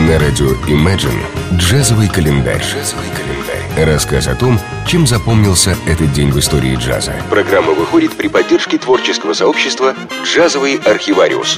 На радио Imagine «Джазовый календарь». Рассказ о том, чем запомнился этот день в истории джаза. Программа выходит при поддержке творческого сообщества «Джазовый архивариус».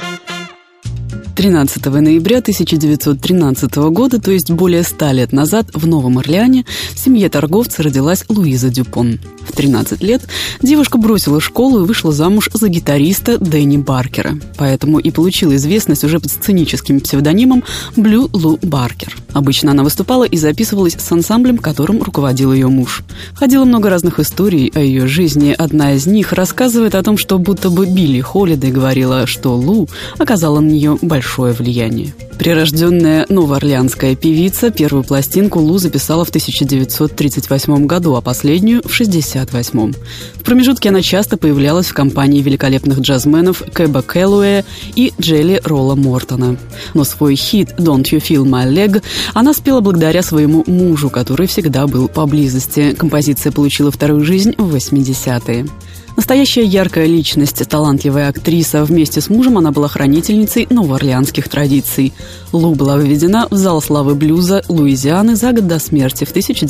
13 ноября 1913 года, то есть более 100 лет назад, в Новом Орлеане в семье торговца родилась Луиза Дюпон. В 13 лет девушка бросила школу и вышла замуж за гитариста Дэнни Баркера. Поэтому и получила известность уже под сценическим псевдонимом Блю Лу Баркер. Обычно она выступала и записывалась с ансамблем, которым руководил ее муж. Ходило много разных историй о ее жизни. Одна из них рассказывает о том, что будто бы Билли Холидей говорила, что Лу оказала на нее большое влияние. Прирожденная новоорлеанская певица, первую пластинку Лу записала в 1938 году, а последнюю – в 1968. В промежутке она часто появлялась в компании великолепных джазменов Кэба Кэллоуэя и Джелли Ролла Мортона. Но свой хит «Don't You Feel My Leg» она спела благодаря своему мужу, который всегда был поблизости. Композиция получила вторую жизнь в 80-е. Настоящая яркая личность, талантливая актриса. Вместе с мужем она была хранительницей новоорлеанских традиций. Лу была выведена в зал славы блюза Луизианы за год до смерти в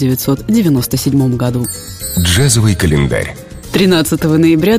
1997 году. Джазовый календарь. 13 ноября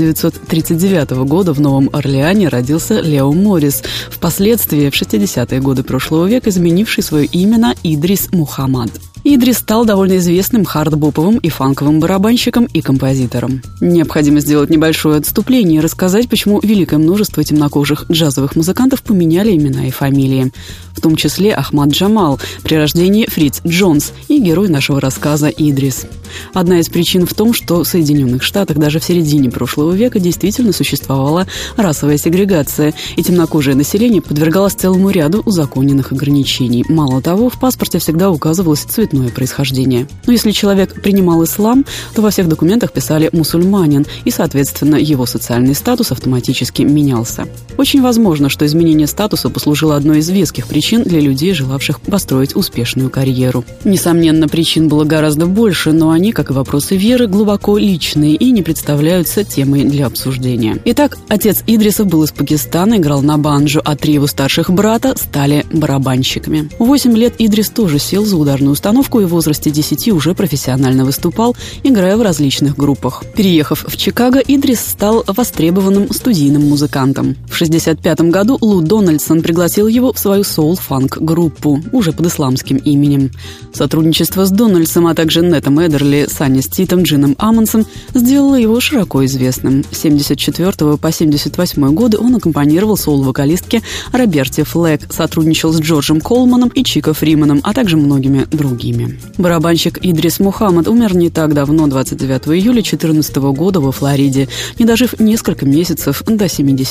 1939 года в Новом Орлеане родился Лео Моррис, впоследствии в 60-е годы прошлого века изменивший свое имя на Идрис Мухаммад. Идрис стал довольно известным хардбоповым и фанковым барабанщиком и композитором. Необходимо сделать небольшое отступление и рассказать, почему великое множество темнокожих джазовых музыкантов поменяли имена и фамилии. В том числе Ахмад Джамал, при рождении Фриц Джонс и герой нашего рассказа Идрис. Одна из причин в том, что в Соединенных Штатах даже в середине прошлого века действительно существовала расовая сегрегация, и темнокожее население подвергалось целому ряду узаконенных ограничений. Мало того, в паспорте всегда указывалось цветное происхождение. Но если человек принимал ислам, то во всех документах писали «мусульманин», и, соответственно, его социальный статус автоматически менялся. Очень возможно, что изменение статуса послужило одной из веских причин для людей, желавших построить успешную карьеру. Несомненно, причин было гораздо больше, но они, как и вопросы веры, глубоко личные и не представляются темой для обсуждения. Итак, отец Идриса был из Пакистана, играл на банджо, а 3 его старших брата стали барабанщиками. В 8 лет Идрис тоже сел за ударную установку и в возрасте 10 уже профессионально выступал, играя в различных группах. Переехав в Чикаго, Идрис стал востребованным студийным музыкантом. В 1965 году Лу Дональдсон пригласил его в свою соул-фанк-группу, уже под исламским именем. Сотрудничество с Дональдсом, а также Нетом Эдерли, Санни Ститом, Джином Аммонсом сделало его широко известным. С 1974 по 1978 годы он аккомпанировал соул-вокалистке Роберте Флэк, сотрудничал с Джорджем Колманом и Чико Фриманом, а также многими другими. Барабанщик Идрис Мухаммад умер не так давно, 29 июля 2014 года во Флориде, не дожив несколько месяцев до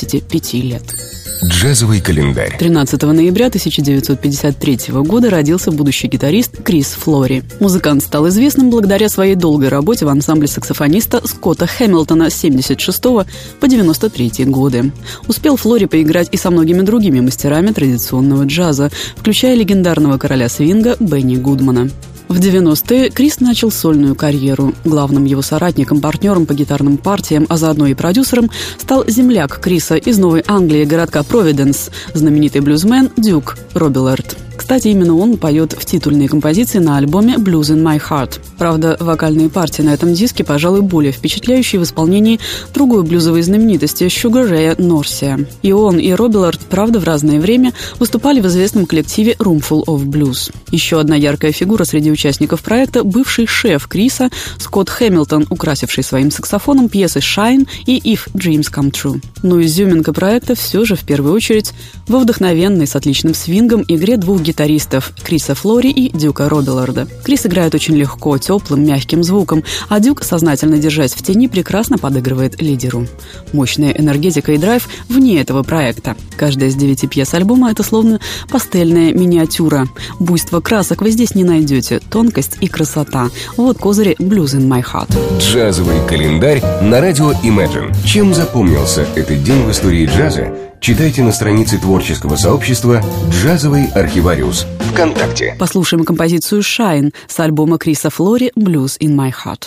75 лет. Джазовый календарь. 13 ноября 1953 года родился будущий гитарист Крис Флори. Музыкант стал известным благодаря своей долгой работе в ансамбле саксофониста Скотта Хэмилтона с 1976 по 1993 годы. Успел Флори поиграть и со многими другими мастерами традиционного джаза, включая легендарного короля свинга Бенни Гудмана. В 90-е Крис начал сольную карьеру. Главным его соратником, партнером по гитарным партиям, а заодно и продюсером, стал земляк Криса из Новой Англии, городка Провиденс, знаменитый блюзмен Дюк Робилард. Кстати, именно он поет в титульной композиции на альбоме «Blues in My Heart». Правда, вокальные партии на этом диске, пожалуй, более впечатляющие в исполнении другой блюзовой знаменитости Шугар Рэя Норси. И он, и Робилард, правда, в разное время выступали в известном коллективе Roomful of Blues. Еще одна яркая фигура среди участников проекта – бывший шеф Криса Скотт Хэмилтон, украсивший своим саксофоном пьесы «Shine» и «If Dreams Come True». Но изюминка проекта все же в первую очередь во вдохновенной с отличным свингом игре двух гитаристов Криса Флори и Дюка Робиларда. Крис играет очень легко, теплым, мягким звуком, а Дюк, сознательно держась в тени, прекрасно подыгрывает лидеру. Мощная энергетика и драйв вне этого проекта. Каждая из 9 пьес альбома – это словно пастельная миниатюра. Буйство красок вы здесь не найдете, тонкость и красота. Вот козыри «Blues in My Heart». Джазовый календарь на радио Imagine. Чем запомнился этот день в истории джаза? Читайте на странице творческого сообщества «Джазовый архивариус» ВКонтакте. Послушаем композицию «Shine» с альбома Криса Флори «Blues in My Heart».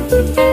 Thank you.